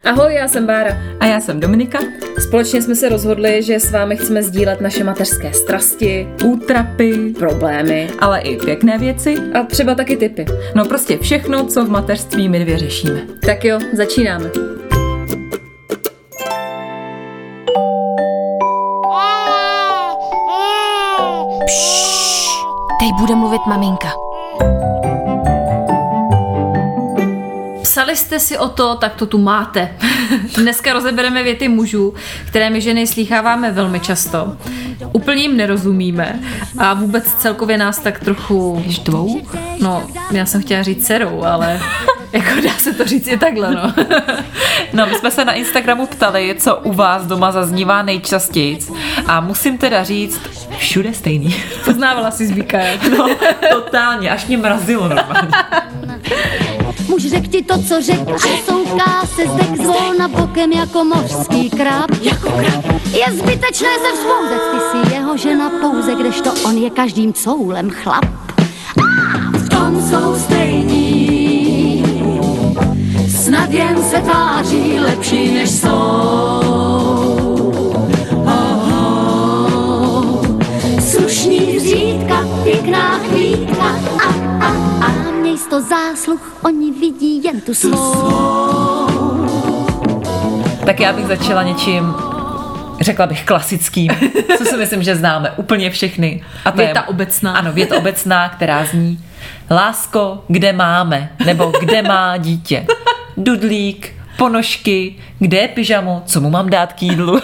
Ahoj, já jsem Bára. A já jsem Dominika. Společně jsme se rozhodli, že s vámi chceme sdílet naše mateřské strasti, útrapy, problémy, ale i pěkné věci. A třeba taky tipy. No prostě všechno, co v mateřství my dvě řešíme. Tak jo, začínáme. Teď bude mluvit maminka. Psali jste si o to, tak to tu máte. Dneska rozebereme věty mužů, které my ženy slýcháváme velmi často. Úplně jim nerozumíme a vůbec celkově nás tak trochu štvou. No, já jsem chtěla říct serou, ale jako dá se to říct i takhle, no. No, my jsme se na Instagramu ptali, co u vás doma zaznívá nejčastěji a musím teda říct, všude stejný. Poznávala jsi Zbíka, jo? No, totálně, až mě mrazilo normálně. Muž řek ti to, co řek, a souká se zdek zvolna bokem jako mořský krab. Je zbytečné se vzpouzet, ty si jeho žena pouze, kdežto on je každým coulem chlap. V tom jsou stejní, snad jen se tváří lepší, než jsou. Slušný řídka, pěkná chvítka, a měj sto zásluh, oni vidí jen tu svou. Tak já bych začala něčím, řekla bych klasickým, co si myslím, že známe úplně všechny. A to věta je, obecná. Ano, věta obecná, která zní: lásko, kde máme? Nebo kde má dítě? Dudlík, ponožky, kde je pyžamo, co mu mám dát k jídlu?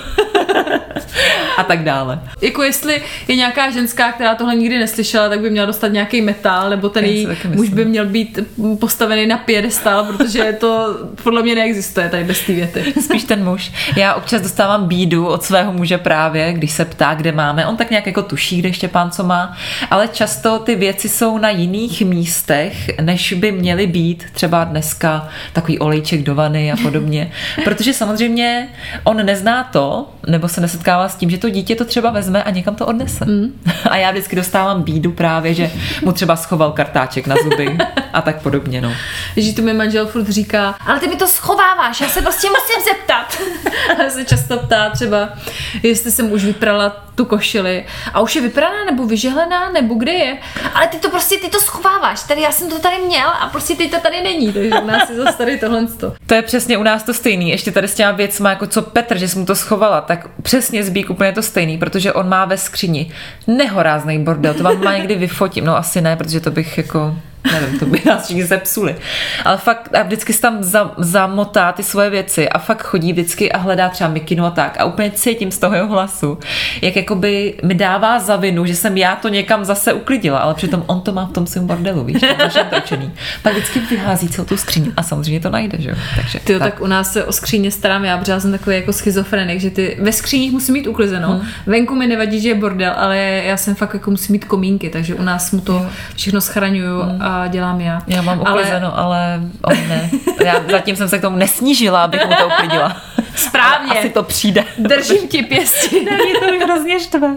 A tak dále. Jako jestli je nějaká ženská, která tohle nikdy neslyšela, tak by měla dostat nějaký metal, nebo ten její muž by měl být postavený na piedestal, protože to podle mě neexistuje tady bez té věty. Spíš ten muž. Já občas dostávám bídu od svého muže právě, když se ptá, kde máme. On tak nějak jako tuší, kde Štěpán co má, ale často ty věci jsou na jiných místech, než by měly být. Třeba dneska takový olejček do vany a podobně. Protože samozřejmě on nezná to, nebo se nesetkává s tím, že to dítě to třeba vezme a někam to odnese. A já vždycky dostávám bídu právě, že mu třeba schoval kartáček na zuby a tak podobně, no. Že to mi manžel furt říká, ale ty mi to schováváš, já se prostě musím zeptat. A se často ptá třeba, jestli jsem už vyprala tu košili a už je vypraná nebo vyžehlená, nebo kde je. Ale ty to schováváš, tady já jsem to tady měl a prostě teď to tady není, takže u nás je zase tady tohle. To je přesně u nás to stejný, ještě tady s těma věcma, jako co Petr, že jsi mu to schovala, tak přesně Zbík úplně to stejný, protože on má ve skříni nehoráznej bordel, to vám má někdy vyfotím, no asi ne, protože to bych jako... nevím, to by nás všichni zepsuli. Ale fakt a vždycky si tam zamotá ty svoje věci a fakt chodí vždycky a hledá třeba mikinu a tak a úplně cítím z toho jeho hlasu, jak jakoby mi dává za vinu, že jsem já to někam zase uklidila, ale přitom on to má v tom svém bordelu, víš, to točený. Pak vždycky vyhází celou tu skříň a samozřejmě to najde, že jo. Takže tyjo, tak u nás se o skříně starám já, protože já jsem takový jako schizofrenik, že ty ve skříních musím mít uklizeno. Venku mi nevadí, že je bordel, ale já jsem fakt jako musím mít komínky, takže u nás mu to všechno schraňuju a dělám já. Já mám uklizeno, ale on ne. Já zatím jsem se k tomu nesnížila, abych mu to uklidila. Správně. Ale asi to přijde. Držím ti pěstí. Mě to hrozně štve.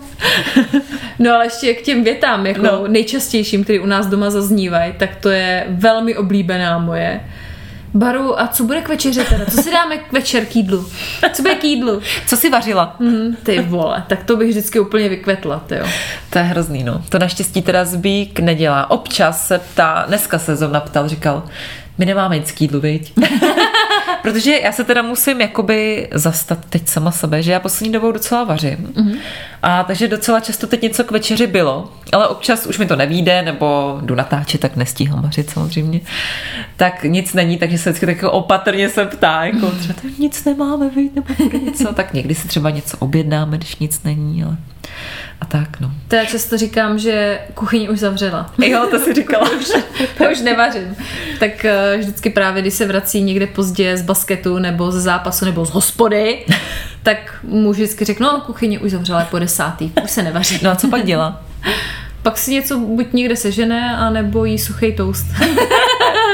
No ale ještě k těm větám, jako nejčastějším, které u nás doma zaznívají, tak to je velmi oblíbená moje. Baru, a co bude k večeři teda? Co si dáme k večer k jídlu? Co bude k jídlu? Co si vařila? Ty vole, tak to bych vždycky úplně vykvetla, tyjo. To je hrozný, no. To naštěstí teda Zbík nedělá. Občas se ptá, dneska se zrovna ptal, říkal, my nemáme nic k jídlu, viď? Protože já se teda musím jakoby zastat teď sama sebe, že já poslední dobou docela vařím. A takže docela často teď něco k večeři bylo, ale občas už mi to nevyjde, nebo jdu natáčet, tak nestíhám vařit samozřejmě. Tak nic není, takže se vždycky tak opatrně se ptá, jako třeba nic nemáme, viď, nebo bude něco. Tak někdy si třeba něco objednáme, když nic není, ale... A tak, no. To já často říkám, že kuchyň už zavřela. Jo, to si říkala. To už nevařím. Tak vždycky právě, když se vrací někde pozdě z basketu, nebo ze zápasu, nebo z hospody, tak mu vždycky řeknu, no, kuchyně už zavřela po 10. Už se nevaří. No a co pak dělá? Pak si něco buď někde sežene, anebo jí suchý toast.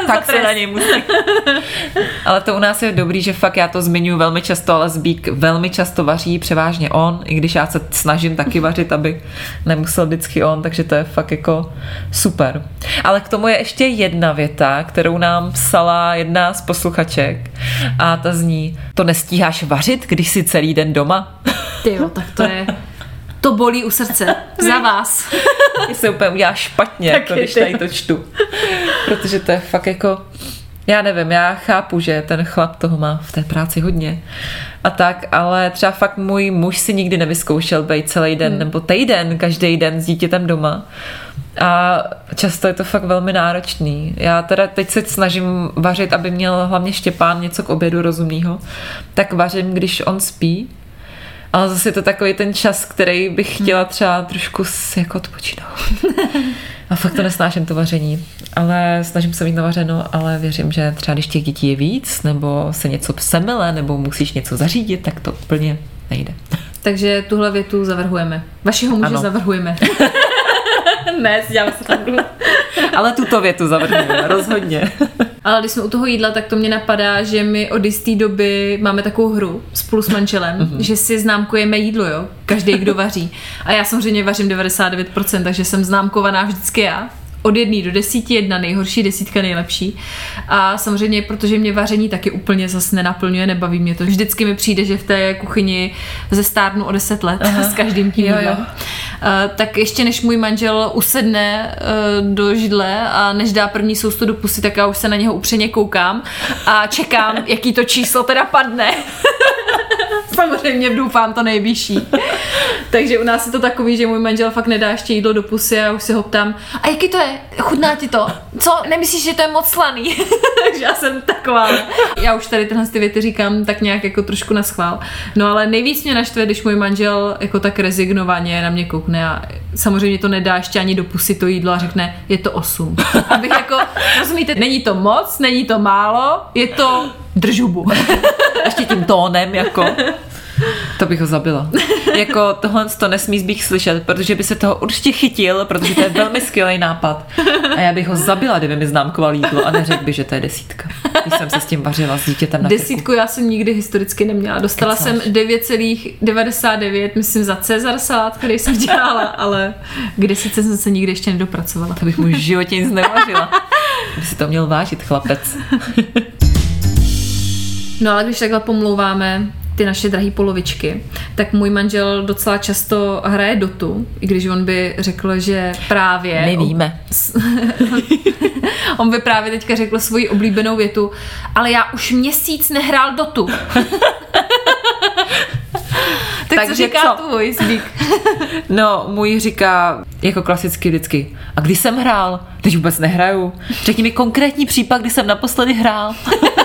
Tak se na něj musí. Ale to u nás je dobrý, že fakt já to zmiňuji velmi často, ale Zbík velmi často vaří, převážně on, i když já se snažím taky vařit, aby nemusel vždycky on, takže to je fakt jako super. Ale k tomu je ještě jedna věta, kterou nám psala jedna z posluchaček a ta zní: to nestíháš vařit, když jsi celý den doma? Tyjo, tak to bolí u srdce. Za vás. Mě se úplně udělá špatně, jako když tady to čtu. Protože to je fakt jako, já nevím, já chápu, že ten chlap toho má v té práci hodně a tak, ale třeba fakt můj muž si nikdy nevyzkoušel být celý den nebo týden, každý den s dítětem doma. A často je to fakt velmi náročný. Já teda teď se snažím vařit, aby měl hlavně Štěpán něco k obědu rozumného. Tak vařím, když on spí. Ale zase je to takový ten čas, který bych chtěla třeba trošku jako odpočinout. A fakt to nesnáším, to vaření. Ale snažím se mít navařeno, ale věřím, že třeba když těch dětí je víc, nebo se něco semele, nebo musíš něco zařídit, tak to úplně nejde. Takže tuhle větu zavrhujeme. Vašeho muže zavrhujeme. Ne, si dělám se tam. Ale tuto větu zavrhujeme, rozhodně. Ale když jsme u toho jídla, tak to mě napadá, že my od jisté doby máme takovou hru spolu s manželem, že si známkujeme jídlo, jo? Každý, kdo vaří. A já samozřejmě vařím 99%, takže jsem známkovaná vždycky já. Od 1 do 10, 1 nejhorší, 10 nejlepší. A samozřejmě, protože mě vaření taky úplně zase nenaplňuje, nebaví mě to. Vždycky mi přijde, že v té kuchyni zestárnu o 10 let s každým tím jídlem. Tak ještě než můj manžel usedne do židle a než dá první sousto do pusy, tak já už se na něho upřeně koukám a čekám, jaký to číslo teda padne. Samozřejmě doufám to nejvyšší. Takže u nás je to takový, že můj manžel fakt nedá ještě jídlo do pusy a já už se ho ptám: a jaký to je? Chutná ti to? Co? Nemyslíš, že to je moc slaný? Takže já jsem taková. Já už tady tyhle věty říkám tak nějak jako trošku na schvál. No ale nejvíc mě naštve, když můj manžel jako tak rezignovaně na mě koukne a samozřejmě to nedá ještě ani do pusy to jídlo a řekne: je to 8. Abych jako, rozumíte, není to moc, není to málo, je to držubu. Ještě tím tónem jako. To bych ho zabila. Jako tohle to nesmí Zbík slyšet, protože by se toho určitě chytil, protože to je velmi skvělý nápad. A já bych ho zabila, kdyby mi známkoval jídlo a neřekl by, že to je 10. Když jsem se s tím vařila s dítětem na krku. 10 já jsem nikdy historicky neměla. Dostala jsem 9,99, myslím, za Cezar salát, který jsem dělala, ale k 10 jsem se nikdy ještě nedopracovala. To bych mu v životě nic neuvařila. By si to měl vážit, chlapec. No ale když takhle pomlouváme ty naše drahý polovičky, tak můj manžel docela často hraje Dotu, i když on by řekl, že právě... Nevíme. On by právě teďka řekl svoji oblíbenou větu: ale já už měsíc nehrál Dotu. Tak co říká tvůj Zbík? No, můj říká jako klasicky vždycky: a kdy jsem hrál? Teď vůbec nehraju. Řekni mi konkrétní případ, kdy jsem naposledy hrál.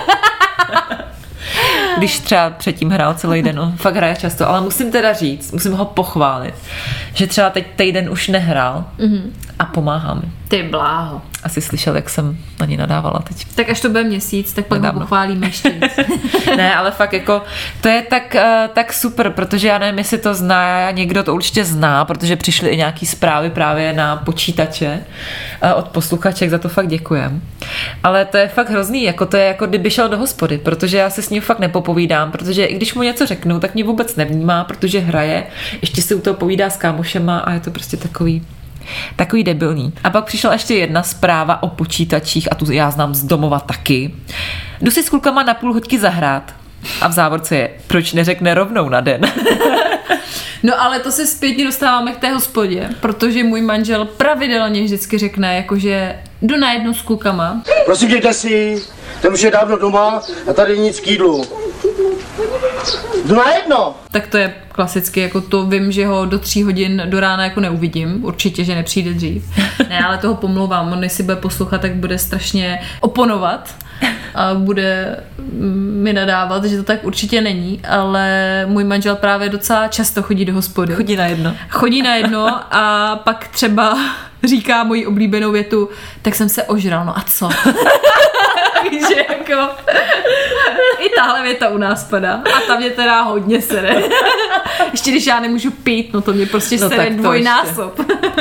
Když třeba předtím hrál celý den, on fakt hraje často, ale musím teda říct, musím ho pochválit, že třeba teď týden už nehrál a pomáhá mi. Ty bláho. Asi slyšel, jak jsem na ní nadávala teď. Tak až to bude měsíc, tak pak ho pochválíme ještě víc. Ne, ale fakt jako, to je tak super, protože já nevím, jestli to zná, někdo to určitě zná, protože přišly i nějaký zprávy právě na počítače od posluchaček, za to fakt děkujem. Ale to je fakt hrozný, jako to je jako kdyby šel do hospody, protože já se s ním fakt nepopovídám, protože i když mu něco řeknu, tak mě vůbec nevnímá, protože hraje, ještě si u toho povídá s kámošema a je to prostě takový debilní. A pak přišla ještě jedna zpráva o počítačích a tu já znám z domova taky. Jdu si s klukama na půl hoďky zahrát. A v závorce je: proč neřekne rovnou na den? No ale to se zpětně dostáváme k té hospodě, protože můj manžel pravidelně vždycky řekne, jakože jdu na jednu s klukama. Prosím, dějte si, ten už je dávno doma a tady nic k jídlu. Jdu na jedno! Tak to je klasicky, jako to vím, že ho do 3 hodin do rána jako neuvidím, určitě, že nepřijde dřív. Ne, ale toho pomlouvám, on jestli bude poslouchat, tak bude strašně oponovat a bude mi nadávat, že to tak určitě není, ale můj manžel právě docela často chodí do hospody. Chodí na jedno a pak třeba říká moji oblíbenou větu: tak jsem se ožral, no a co? Takže jako i tahle věta u nás padá a ta mě teda hodně sere. Ještě když já nemůžu pít, no to mě prostě sere dvojnásob.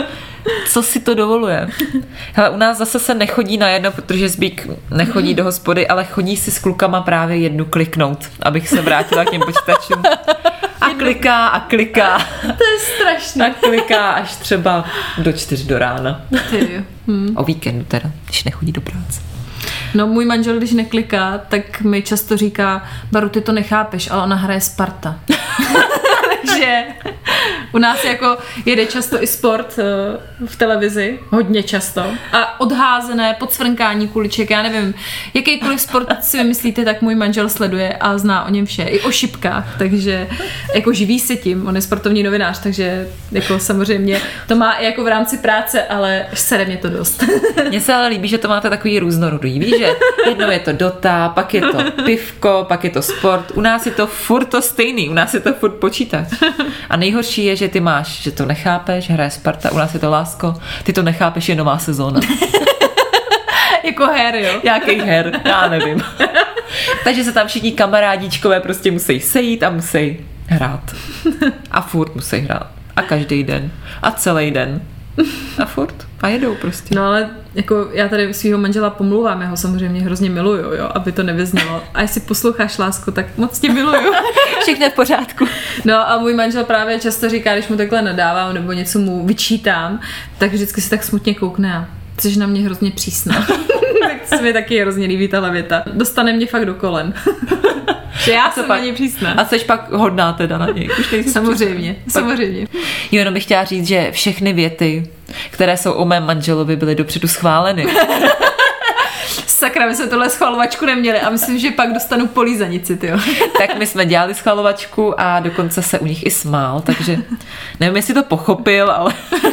Co si to dovoluje? Hele, u nás zase se nechodí na jedno, protože Zbík nechodí do hospody, ale chodí si s klukama právě jednu kliknout, abych se vrátila k těm počítačům. A kliká. To je strašné. A kliká až třeba do 4 do rána. O víkendu teda, když nechodí do práce. No můj manžel, když nekliká, tak mi často říká, Baru, ty to nechápeš, ale ona hraje Sparta. Takže u nás jako jede často i sport v televizi, hodně často. A odházené, podsvrnkání kuliček, já nevím, jakýkoliv sport si vymyslíte, tak můj manžel sleduje a zná o něm vše. I o šipkách, takže jako živí se tím, on je sportovní novinář, takže jako samozřejmě to má i jako v rámci práce, ale sere mě to dost. Mně se ale líbí, že to máte takový různorodý, víš, že jednou je to Dota, pak je to pivko, pak je to sport, u nás je to furt to stejný, u nás je to furt počítač. A nejhorší je, že ty máš, že to nechápeš, hraje Sparta, u nás je to Lásko, ty to nechápeš, je nová sezóna. Jako her, jo? Jaký her, já nevím. Takže se tam všichni kamarádičkové prostě musí sejít a musí hrát. A furt musí hrát. A každý den. A celý den. A furt. A jedou prostě. No ale jako já tady svýho manžela pomluvám, já ho samozřejmě hrozně miluju, jo, aby to nevyznělo. A jestli posloucháš, lásko, tak moc tě miluju. Všechno v pořádku. No a můj manžel právě často říká, když mu takhle nadávám nebo něco mu vyčítám, tak vždycky se tak smutně koukne a jsi na mě hrozně přísná. Tak se mi taky hrozně líbí tahle věta. Dostane mě fakt do kolen. Že já jsem na něj přísná. A jsi pak hodná teda na něj. Už samozřejmě. Jo, jenom bych chtěla říct, že všechny věty, které jsou o mém manželovi, byly dopředu schváleny. Sakra, my jsme tohle schvalovačku neměli a myslím, že pak dostanu polízanici, tyjo. Tak my jsme dělali schvalovačku a dokonce se u nich i smál, takže nevím, jestli to pochopil, ale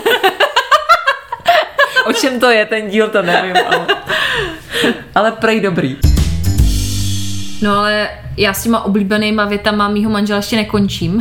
o čem to je ten díl, to nevím, ale prej dobrý. No ale já s těma oblíbenýma větama mýho manžela ještě nekončím.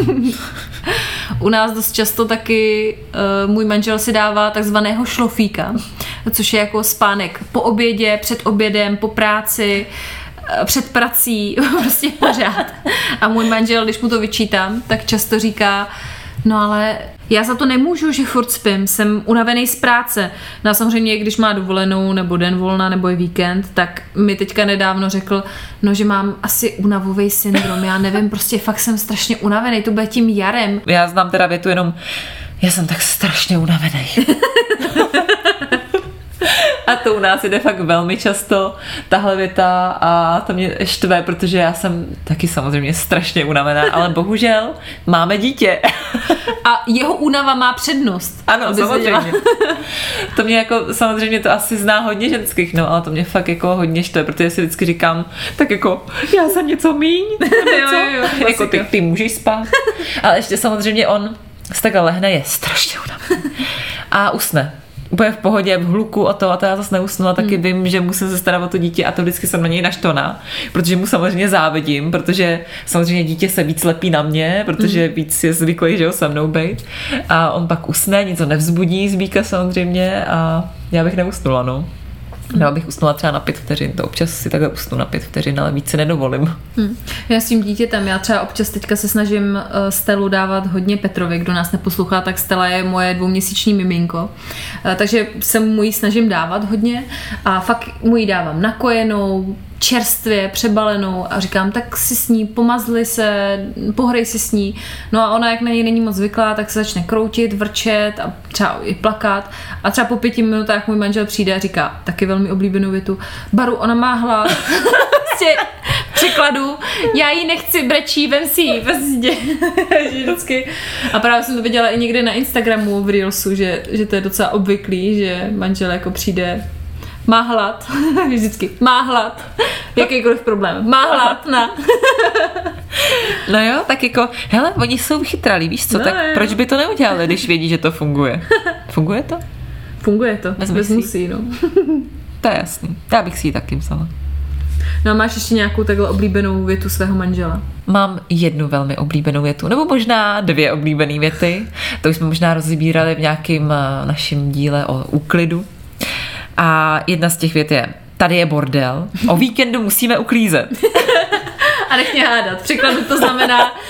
U nás dost často taky můj manžel si dává takzvaného šlofíka, což je jako spánek po obědě, před obědem, po práci, před prací, prostě pořád. A můj manžel, když mu to vyčítám, tak často říká, no ale já za to nemůžu, že furt spím, jsem unavený z práce. No a samozřejmě, když má dovolenou, nebo den volna, nebo je víkend, tak mi teďka nedávno řekl, no, že mám asi únavový syndrom, já nevím, prostě fakt jsem strašně unavený, to bude tím jarem. Já znám teda větu jenom, já jsem tak strašně unavený. A to u nás jde fakt velmi často, tahle věta, a to mě štve, protože já jsem taky samozřejmě strašně unavená, ale bohužel máme dítě. A jeho únava má přednost. Ano, samozřejmě. To mě jako, samozřejmě to asi zná hodně ženských, no, ale to mě fakt jako hodně štve, protože si vždycky říkám, tak jako, já jsem něco míň, jo, jako ty můžeš spát. Ale ještě samozřejmě on se takhle lehne, je strašně unavený a usne. Úplně v pohodě, v hluku a to já zase neusnu a taky vím, že musím se starat o to dítě a to vždycky jsem na něj naštvaná, protože mu samozřejmě závidím, protože samozřejmě dítě se víc lepí na mě, protože víc je zvyklý, že ho se mnou bejt a on pak usne, něco nevzbudí Zbíka samozřejmě a já bych neusnula, no. Já bych usnula třeba na 5 vteřin, to občas si takhle usnu na 5 vteřin, ale víc si nedovolím. Já s tím dítětem, já třeba občas teďka se snažím Stelu dávat hodně Petrovi, kdo nás neposlouchá, tak Stella je moje 2měsíční miminko, takže se mu ji snažím dávat hodně a fakt mu ji dávám nakojenou, čerstvě, přebalenou a říkám, tak si s ní, pomazli se, pohrej si s ní. No a ona, jak na něj není moc zvyklá, tak se začne kroutit, vrčet a třeba i plakat. A třeba po 5 minutách můj manžel přijde a říká, taky velmi oblíbenou větu, Baru, ona má hlad. Prostě překladu, já ji nechci, brečí, vem si ji, vždycky. A právě jsem to viděla i někde na Instagramu v Reelsu, že to je docela obvyklý, že manžel jako přijde, má hlad, vždycky, má hlad, jakýkoliv problém, má hlad, No jo, tak jako, hele, oni jsou chytralí, víš co, no tak jo. Proč by to neudělali, když vědí, že to funguje? Funguje to? Funguje to, bez musí, no. To je jasný, já bych si ji taky vzala. No a máš ještě nějakou takhle oblíbenou větu svého manžela? Mám jednu velmi oblíbenou větu, nebo možná 2 oblíbené věty, to už jsme možná rozbírali v nějakém našem díle o úklidu. A jedna z těch vět je, tady je bordel, o víkendu musíme uklízet. A nech mě hádat. V překladu to znamená,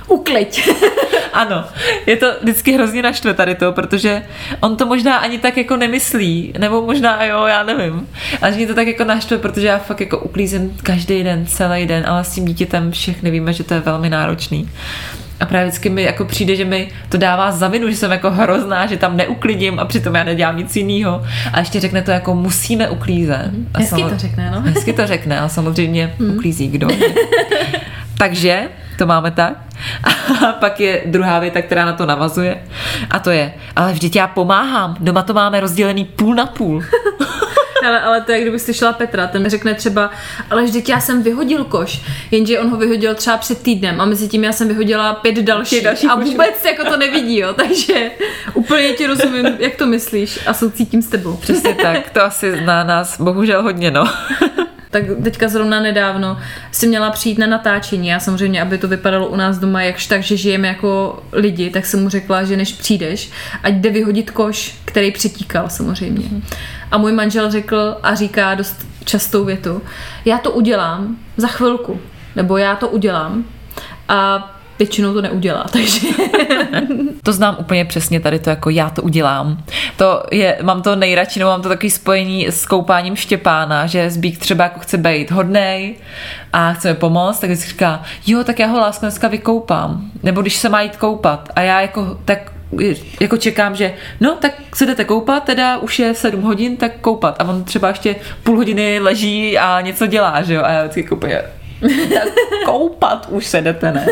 Ukliď. Ano, je to vždycky hrozně naštve tady to, protože on to možná ani tak jako nemyslí, nebo možná jo, já nevím. Ale mě to tak jako naštve, protože já fakt jako uklízím každý den, celý den, ale s tím dítětem všechny víme, že to je velmi náročný. A právě vždycky mi jako přijde, že mi to dává za vinu, že jsem jako hrozná, že tam neuklidím a přitom já nedělám nic jiného. A ještě řekne to jako musíme uklízet. Hezky to řekne, no. Hezky to řekne, a samozřejmě uklízí kdo. Takže to máme tak. A pak je druhá věta, která na to navazuje. A to je, ale vždyť já pomáhám, doma to máme rozdělený půl na půl. Ale to je, kdyby slyšela Petra, ten řekne třeba, ale vždyť já jsem vyhodil koš, jenže on ho vyhodil třeba před týdnem a mezi tím já jsem vyhodila 5 dalších a vůbec jako to nevidí, jo, takže úplně ti rozumím, jak to myslíš a soucítím s tebou. Přesně tak, to asi zná nás bohužel hodně, no. Tak teďka zrovna nedávno si měla přijít na natáčení. Já samozřejmě, aby to vypadalo u nás doma jakž tak, že žijeme jako lidi, tak jsem mu řekla, že než přijdeš, ať jde vyhodit koš, který přetíkal samozřejmě. A můj manžel řekl a říká dost častou větu, já to udělám za chvilku, nebo já to udělám a většinou to neudělá, takže... To znám úplně přesně tady to, jako já to udělám. To je, mám to nejradši, mám to takový spojení s koupáním Štěpána, že Zbík třeba jako chce být hodnej a chce mi pomoct, tak vždycky říká, jo, tak já ho lásko dneska vykoupám. Nebo když se má jít koupat a já jako čekám, že no, tak se jdete koupat, teda už je 7 hodin, tak koupat. A on třeba ještě půl hodiny leží a něco dělá, že jo, a já vždycky koupím, tak koupat už se jdete, ne?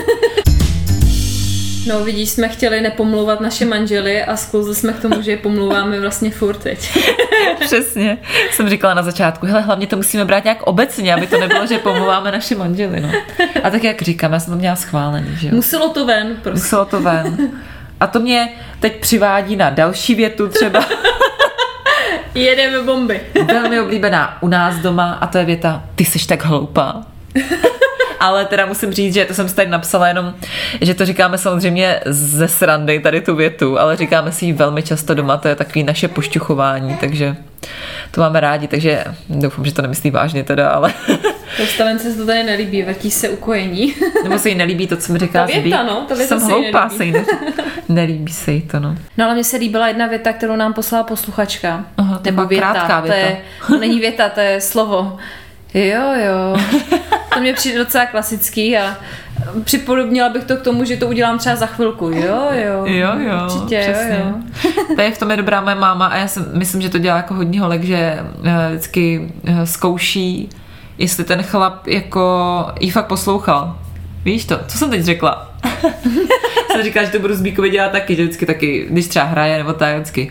No vidíš, jsme chtěli nepomlouvat naše manžely a sklouzli jsme k tomu, že je pomlouváme vlastně furt teď. Přesně. Jsem říkala na začátku, hele, hlavně to musíme brát nějak obecně, aby to nebylo, že pomlouváme naše manžely, no. A tak jak říkám, já jsem to měla schválený, že jo. Muselo to ven, prostě. Muselo to ven. A to mě teď přivádí na další větu třeba. Jedeme bomby. Velmi oblíbená u nás doma a to je věta, ty jsi tak hloupá. Ale teda musím říct, že to jsem si tady napsala jenom, že to říkáme samozřejmě ze srandy, tady tu větu, ale říkáme si ji velmi často doma, to je takový naše pošťuchování, takže to máme rádi, takže doufám, že to nemyslí vážně teda, ale... Dostavence se to tady nelíbí, vrtí se ukojení. Nebo se jí nelíbí to, co mi říká Zbík. Ta věta, no, ta věta jsem hloupá, se jí nelíbí se jí to, no. No ale mně se líbila jedna věta, kterou nám poslala posluchačka. Aha, to byla krátká věta. To není věta, to je slovo. Jo. To mě přijde docela klasický a připodobnila bych to k tomu, že to udělám třeba za chvilku. Jo. Určitě, přesně. jo. Tady v tom je dobrá moje máma a já myslím, že to dělá jako hodně holek, že vždycky zkouší, jestli ten chlap jako jí fakt poslouchal. Víš to? Co jsem teď řekla? Jsem říkala, že to budu Zbíkovi dělat taky, že vždycky taky, když třeba hraje nebo tak, vždycky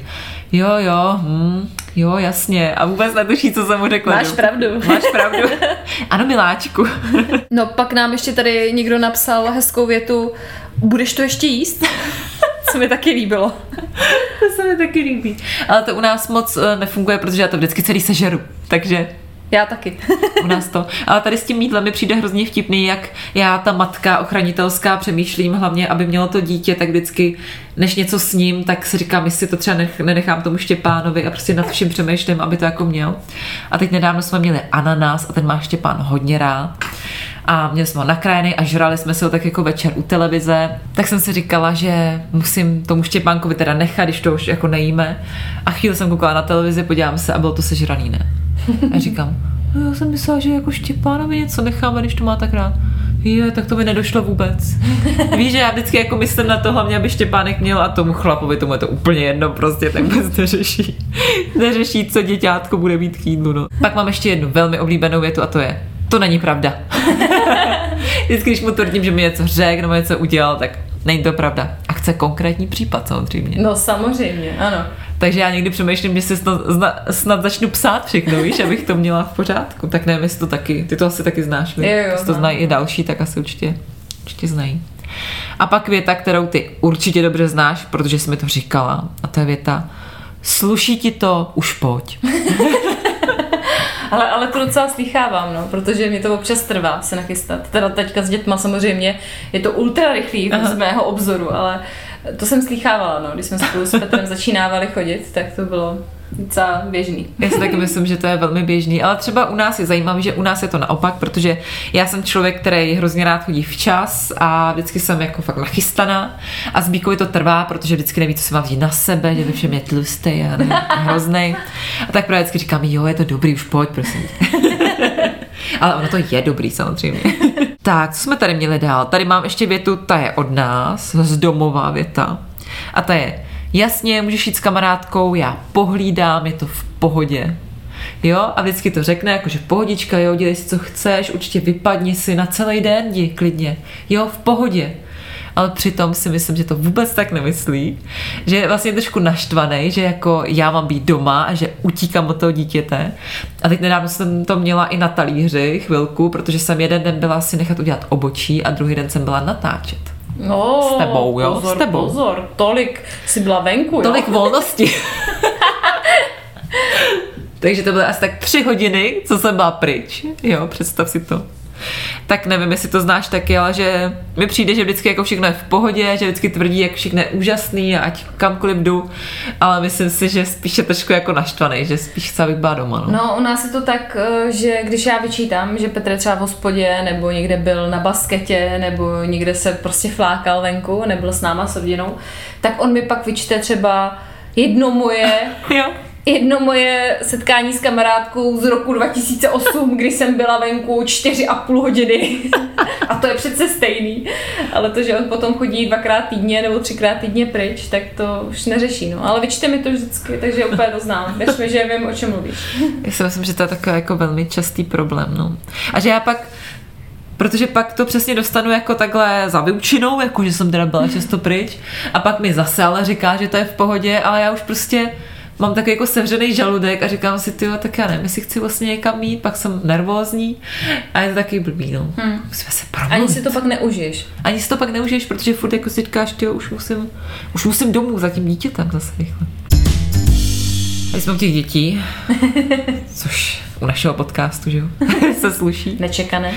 jo, jasně. A vůbec netuší, co jsem mu řekla. Máš pravdu. Ano, miláčku. No pak nám ještě tady někdo napsal hezkou větu, budeš to ještě jíst? Co mi taky líbilo. To se mi taky líbí. Ale to u nás moc nefunguje, protože já to vždycky celý sežeru. Takže... Já taky. U nás to. Ale tady s tím mýdlem mi přijde hrozně vtipný, jak já, ta matka ochranitelská, přemýšlím hlavně, aby mělo to dítě, tak vždycky, než něco s ním, tak si říkám, jestli to třeba nenechám tomu Štěpánovi a prostě nad vším přemýšlím, aby to jako měl. A teď nedávno jsme měli ananas a ten má Štěpán hodně rád. A měli jsme ho nakrájený a žrali jsme se ho tak jako večer u televize. Tak jsem si říkala, že musím tomu Štěpánkovi teda nechat, když to už jako nejíme. A chvíli jsem koukala na televizi, podívám se a bylo to sežraný, ne? A říkám, já jsem myslela, že jako Štěpánovi něco necháme, když to má tak rád. Tak to mi nedošlo vůbec. Víš, že já vždycky jako myslím na to, hlavně aby Štěpánek měl a tomu chlapovi, tomu je to úplně jedno, prostě tak vůbec neřeší, co děťátko bude mít k jídlu. No. Pak mám ještě jednu velmi oblíbenou větu a to je, to není pravda. Vždycky, když mu tvrdím, že mi něco řekl nebo něco udělal, tak není to pravda. A chce konkrétní případ samozřejmě. No samozřejmě, ano. Takže já někdy přemýšlím, že si snad začnu psát všechno, víš, abych to měla v pořádku. Tak nevím, jestli to taky, ty to asi taky znáš, víš? Jestli to znají i další, tak asi určitě znají. A pak věta, kterou ty určitě dobře znáš, protože jsi mi to říkala. A to je věta, sluší ti to, už pojď. Ale to docela slýchávám, no, protože mě to občas trvá se nachystat. Teda teďka s dětma samozřejmě je to ultra rychlý z mého obzoru, ale to jsem slýchávala, no, když jsme spolu s Petrem začínávali chodit, tak to bylo docela běžný. Já si taky myslím, že to je velmi běžný, ale třeba u nás je zajímavé, že u nás je to naopak, protože já jsem člověk, který hrozně rád chodí včas a vždycky jsem jako fakt nachystaná a s Bíkovi to trvá, protože vždycky neví, co se má vzít na sebe, že ve všem je tlustý a hroznej. A tak právě vždycky říkám, jo, je to dobrý, už pojď, prosím. Ale ono to je dobrý samozřejmě. Tak, co jsme tady měli dál? Tady mám ještě větu, ta je od nás, z domova věta. A ta je: jasně, můžeš jít s kamarádkou, já pohlídám, je to v pohodě. Jo, a vždycky to řekne, jakože pohodička, jo, dělej si, co chceš, určitě vypadni si na celý den, jdi klidně. Jo, v pohodě. Ale přitom si myslím, že to vůbec tak nemyslí, že je vlastně trošku naštvaný, že jako já mám být doma a že utíkám od toho dítěte. A teď nedávno jsem to měla i na talíři chvilku, protože jsem jeden den byla si nechat udělat obočí a druhý den jsem byla natáčet. No, s tebou, jo? Pozor, s tebou. Pozor, tolik jsi byla venku, jo? Tolik volnosti. Takže to byly asi tak 3 hodiny, co jsem byla pryč. Jo, představ si to. Tak nevím, jestli to znáš taky, ale že mi přijde, že vždycky jako všechno je v pohodě, že vždycky tvrdí, jak všechno je úžasný a ať kamkoliv jdu, ale myslím si, že spíš je trošku jako naštvaný, že spíš chce, abych byla doma. No, u nás je to tak, že když já vyčítám, že Petr je třeba v hospodě, nebo někde byl na basketě, nebo někde se prostě flákal venku, nebyl s náma s rodinou, tak on mi pak vyčte třeba jedno moje setkání s kamarádkou z roku 2008, kdy jsem byla venku 4,5 hodiny. A to je přece stejný. Ale to, že on potom chodí 2krát týdně nebo 3krát týdně pryč, tak to už neřeší. No. Ale vyčte mi to vždycky, takže úplně to znám. Věř mi, že vím, o čem mluvíš. Já si myslím, že to je takový jako velmi častý problém. No. A že já pak, protože pak to přesně dostanu jako takhle za vyučinou, jako že jsem teda byla často pryč, a pak mi zase ale říká, že to je v pohodě, ale já už prostě mám takový jako sevřený žaludek a říkám si, tyjo, tak já nevím, jestli chci vlastně někam jít, pak jsem nervózní a je to taky blbý, no. Musíme se promluvit. Ani si to pak neužiješ. Ani si to pak neužiješ, protože furt jako si říkáš, tyjo, už musím domů za tím dítětem zase rychle. A jsme u těch dětí, což u našeho podcastu, že jo, se sluší. Nečekané.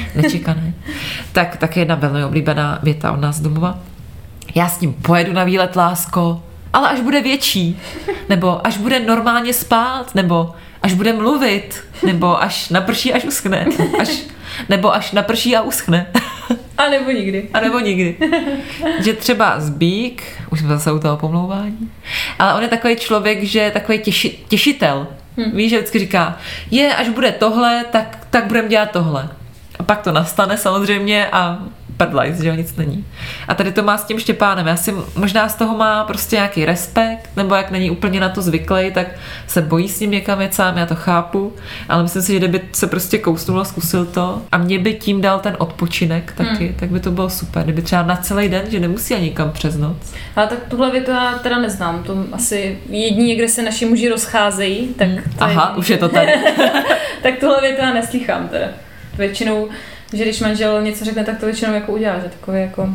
Tak jedna velmi oblíbená věta od nás domova. Já s ním pojedu na výlet, lásko, ale až bude větší, nebo až bude normálně spát, nebo až bude mluvit, nebo až naprší, až uschne, nebo až naprší a uschne. A nebo nikdy. Že třeba Zbík, už jsme zase u toho pomlouvání, ale on je takový člověk, že je takový těšitel. Víš, že vždycky říká, až bude tohle, tak budeme dělat tohle. A pak to nastane samozřejmě a prdlajs, že jo, nic není. A tady to má s tím Štěpánem. Já si možná z toho má prostě nějaký respekt, nebo jak není úplně na to zvyklý, tak se bojí s ním někam jet sám, já to chápu, ale myslím si, že kdyby se prostě kousnul a zkusil to a mě by tím dal ten odpočinek taky, tak by to bylo super. Kdyby třeba na celý den, že nemusí ani nikam přes noc. Ale tak tuhle větu já teda neznám. To asi jedině, kde se naši muži rozcházejí, tak Aha, už je to tady. tak tuhle větu já neslýchám teda. Většinou, že když manžel něco řekne, tak to většinou jako udělá, že takový jako,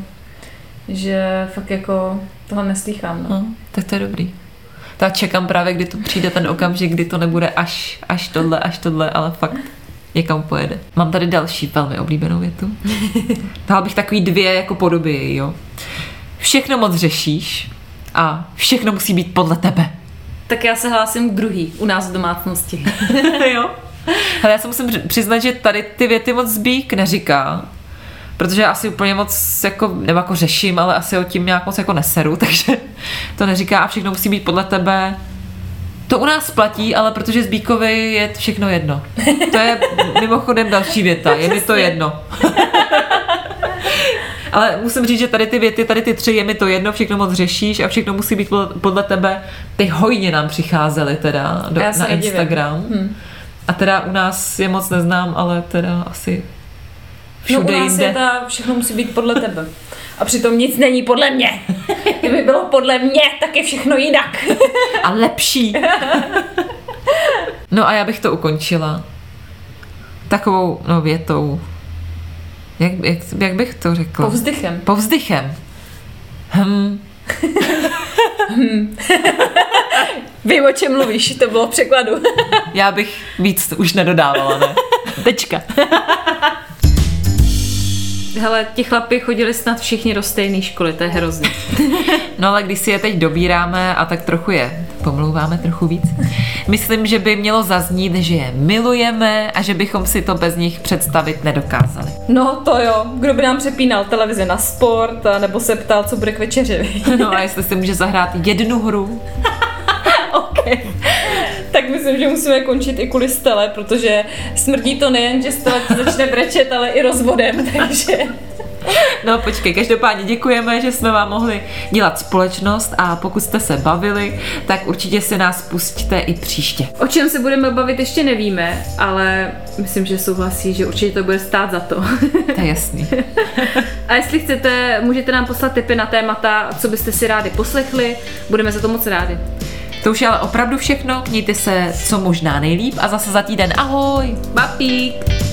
že fakt jako tohle neslýchám. No. Tak to je dobrý. Tak čekám právě, kdy to přijde ten okamžik, kdy to nebude až tohle, ale fakt někam pojede. Mám tady další velmi oblíbenou větu. Dala bych takový 2 jako podoby, jo. Všechno moc řešíš a všechno musí být podle tebe. Tak já se hlásím k druhý, u nás v domácnosti. Jo. Ale já se musím přiznat, že tady ty věty moc Zbík neříká, protože asi úplně moc jako, nebo jako řeším, ale asi o tím nějak moc jako neseru, takže to neříká a všechno musí být podle tebe. To u nás platí, ale protože Zbíkovi je všechno jedno. To je mimochodem další věta, je mi to jedno. Ale musím říct, že tady ty věty, tady ty 3, je mi to jedno, všechno moc řešíš a všechno musí být podle tebe. Ty hojně nám přicházely teda na Instagram. A teda u nás je moc neznám, ale teda asi všude jinde. No u nás je všechno musí být podle tebe. A přitom nic není podle mě. Kdyby bylo podle mě, tak je všechno jinak. A lepší. No a já bych to ukončila takovou větou. Jak bych to řekla? Povzdychem. Vím, o čem mluvíš, to bylo v překladu. Já bych víc už nedodávala, ne? Tečka. Hele, ti chlapi chodili snad všichni do stejné školy, to je hrozný. No ale když si je teď dobíráme a tak trochu je pomlouváme trochu víc, Myslím, že by mělo zaznít, že je milujeme a že bychom si to bez nich představit nedokázali. No to jo, kdo by nám přepínal televizi na sport, nebo se ptal, co bude k večeři. No a jestli si může zahrát jednu hru. OK. Tak myslím, že musíme končit i kvůli Stele, protože smrdí to nejen, že Stella začne brečet, ale i rozvodem, takže... No počkej, každopádně děkujeme, že jsme vám mohli dělat společnost a pokud jste se bavili, tak určitě si nás pusťte i příště. O čem se budeme bavit, ještě nevíme, ale myslím, že souhlasí, že určitě to bude stát za to. To je jasný. A jestli chcete, můžete nám poslat tipy na témata, co byste si rádi poslechli, budeme za to moc rádi. To už je ale opravdu všechno, mějte se co možná nejlíp a zase za týden ahoj! Papík!